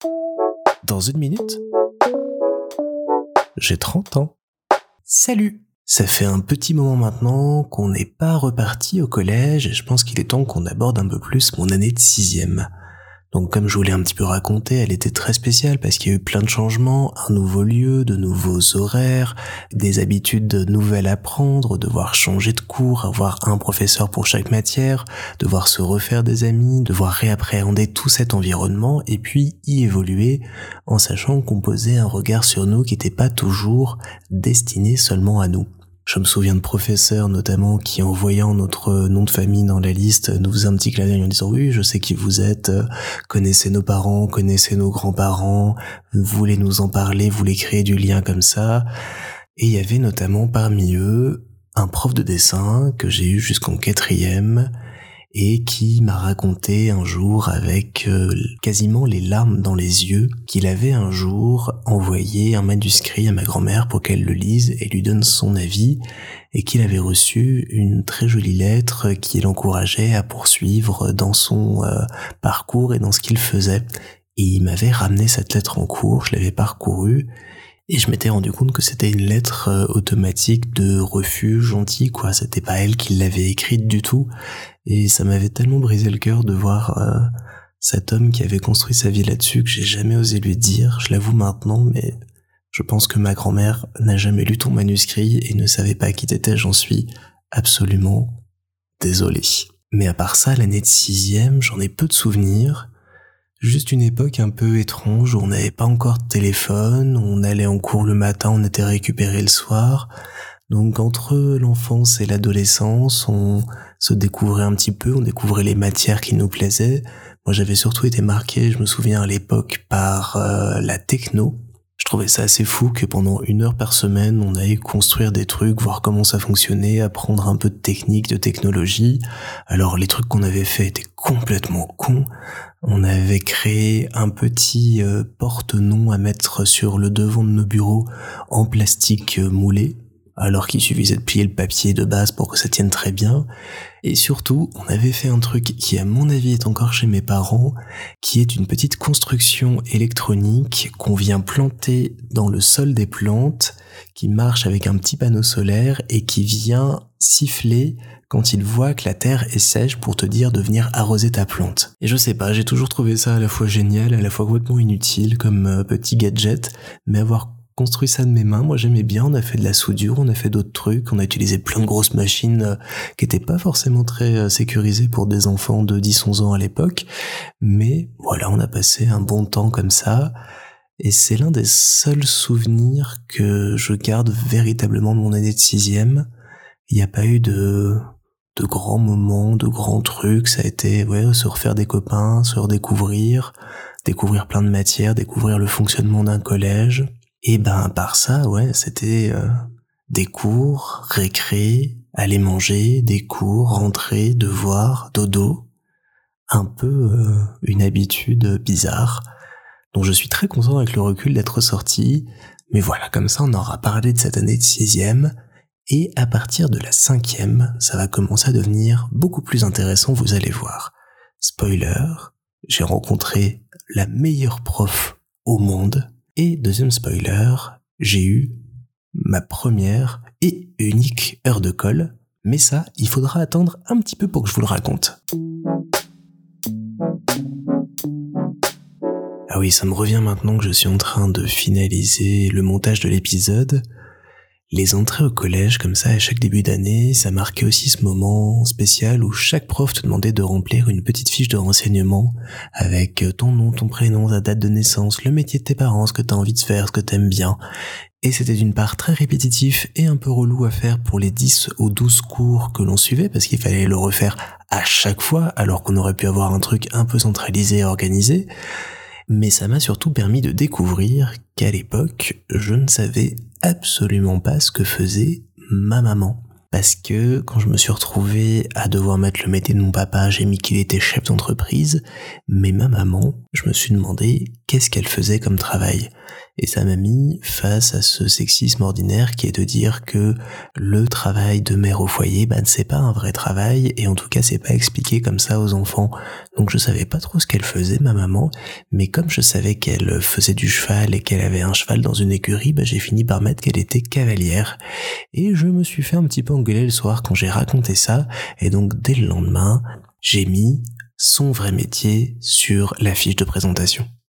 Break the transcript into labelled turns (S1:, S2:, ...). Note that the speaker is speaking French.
S1: Dans une minute, j'ai 30 ans. Salut! Ça fait un petit moment maintenant qu'on n'est pas reparti au collège et je pense qu'il est temps qu'on aborde un peu plus mon année de 6e. Donc comme je vous l'ai un petit peu raconté, elle était très spéciale parce qu'il y a eu plein de changements, un nouveau lieu, de nouveaux horaires, des habitudes nouvelles à prendre, devoir changer de cours, avoir un professeur pour chaque matière, devoir se refaire des amis, devoir réappréhender tout cet environnement et puis y évoluer en sachant qu'on posait un regard sur nous qui n'était pas toujours destiné seulement à nous. Je me souviens de professeurs notamment qui, en voyant notre nom de famille dans la liste, nous faisaient un petit clin d'œil en disant oui, je sais qui vous êtes, connaissez nos parents, connaissez nos grands-parents, vous voulez nous en parler, vous voulez créer du lien comme ça. Et il y avait notamment parmi eux un prof de dessin que j'ai eu jusqu'en 4e et qui m'a raconté un jour avec quasiment les larmes dans les yeux qu'il avait un jour envoyé un manuscrit à ma grand-mère pour qu'elle le lise et lui donne son avis et qu'il avait reçu une très jolie lettre qui l'encourageait à poursuivre dans son parcours et dans ce qu'il faisait. Et il m'avait ramené cette lettre en cours, je l'avais parcourue et je m'étais rendu compte que c'était une lettre automatique de refus gentil, quoi. C'était pas elle qui l'avait écrite du tout. Et ça m'avait tellement brisé le cœur de voir cet homme qui avait construit sa vie là-dessus que j'ai jamais osé lui dire. Je l'avoue maintenant, mais je pense que ma grand-mère n'a jamais lu ton manuscrit et ne savait pas qui t'étais, j'en suis absolument désolé. Mais à part ça, l'année de 6e, j'en ai peu de souvenirs. Juste une époque un peu étrange où on n'avait pas encore de téléphone, on allait en cours le matin, on était récupéré le soir. Donc entre l'enfance et l'adolescence, on se découvrait un petit peu, on découvrait les matières qui nous plaisaient. Moi j'avais surtout été marqué, je me souviens à l'époque, par la techno. Je trouvais ça assez fou que pendant 1 heure par semaine, on allait construire des trucs, voir comment ça fonctionnait, apprendre un peu de technique, de technologie. Alors les trucs qu'on avait fait étaient complètement cons. On avait créé un petit porte-nom à mettre sur le devant de nos bureaux en plastique moulé, alors qu'il suffisait de plier le papier de base pour que ça tienne très bien. Et surtout, on avait fait un truc qui, à mon avis, est encore chez mes parents, qui est une petite construction électronique qu'on vient planter dans le sol des plantes, qui marche avec un petit panneau solaire et qui vient siffler quand il voit que la terre est sèche pour te dire de venir arroser ta plante. Et je sais pas, j'ai toujours trouvé ça à la fois génial, à la fois complètement inutile comme petit gadget, mais avoir construit ça de mes mains, moi j'aimais bien, on a fait de la soudure, on a fait d'autres trucs, on a utilisé plein de grosses machines qui étaient pas forcément très sécurisées pour des enfants de 10-11 ans à l'époque, mais voilà, on a passé un bon temps comme ça, et c'est l'un des seuls souvenirs que je garde véritablement de mon année de 6e. Il n'y a pas eu de grands moments, de grands trucs, ça a été se refaire des copains, se redécouvrir, découvrir plein de matières, découvrir le fonctionnement d'un collège. Et à part ça, c'était des cours, récré, aller manger, des cours, rentrer, devoirs, dodo. Un peu une habitude bizarre, dont je suis très content avec le recul d'être sorti. Mais voilà, comme ça on aura parlé de cette année de 6e. Et à partir de la 5e, ça va commencer à devenir beaucoup plus intéressant, vous allez voir. Spoiler, j'ai rencontré la meilleure prof au monde. Et deuxième spoiler, j'ai eu ma première et unique heure de colle, mais ça, il faudra attendre un petit peu pour que je vous le raconte. Ah oui, ça me revient maintenant que je suis en train de finaliser le montage de l'épisode. Les entrées au collège, comme ça, à chaque début d'année, ça marquait aussi ce moment spécial où chaque prof te demandait de remplir une petite fiche de renseignement avec ton nom, ton prénom, ta date de naissance, le métier de tes parents, ce que t'as envie de faire, ce que t'aimes bien. Et c'était d'une part très répétitif et un peu relou à faire pour les 10 ou 12 cours que l'on suivait parce qu'il fallait le refaire à chaque fois alors qu'on aurait pu avoir un truc un peu centralisé et organisé. Mais ça m'a surtout permis de découvrir qu'à l'époque, je ne savais absolument pas ce que faisait ma maman. Parce que quand je me suis retrouvé à devoir mettre le métier de mon papa, j'ai mis qu'il était chef d'entreprise, mais ma maman, je me suis demandé qu'est-ce qu'elle faisait comme travail. Et ça m'a mis face à ce sexisme ordinaire qui est de dire que le travail de mère au foyer, c'est pas un vrai travail, et en tout cas c'est pas expliqué comme ça aux enfants. Donc je savais pas trop ce qu'elle faisait, ma maman, mais comme je savais qu'elle faisait du cheval et qu'elle avait un cheval dans une écurie, j'ai fini par mettre qu'elle était cavalière. Et je me suis fait un petit peu engueuler le soir quand j'ai raconté ça, et donc dès le lendemain, j'ai mis son vrai métier sur la fiche de présentation.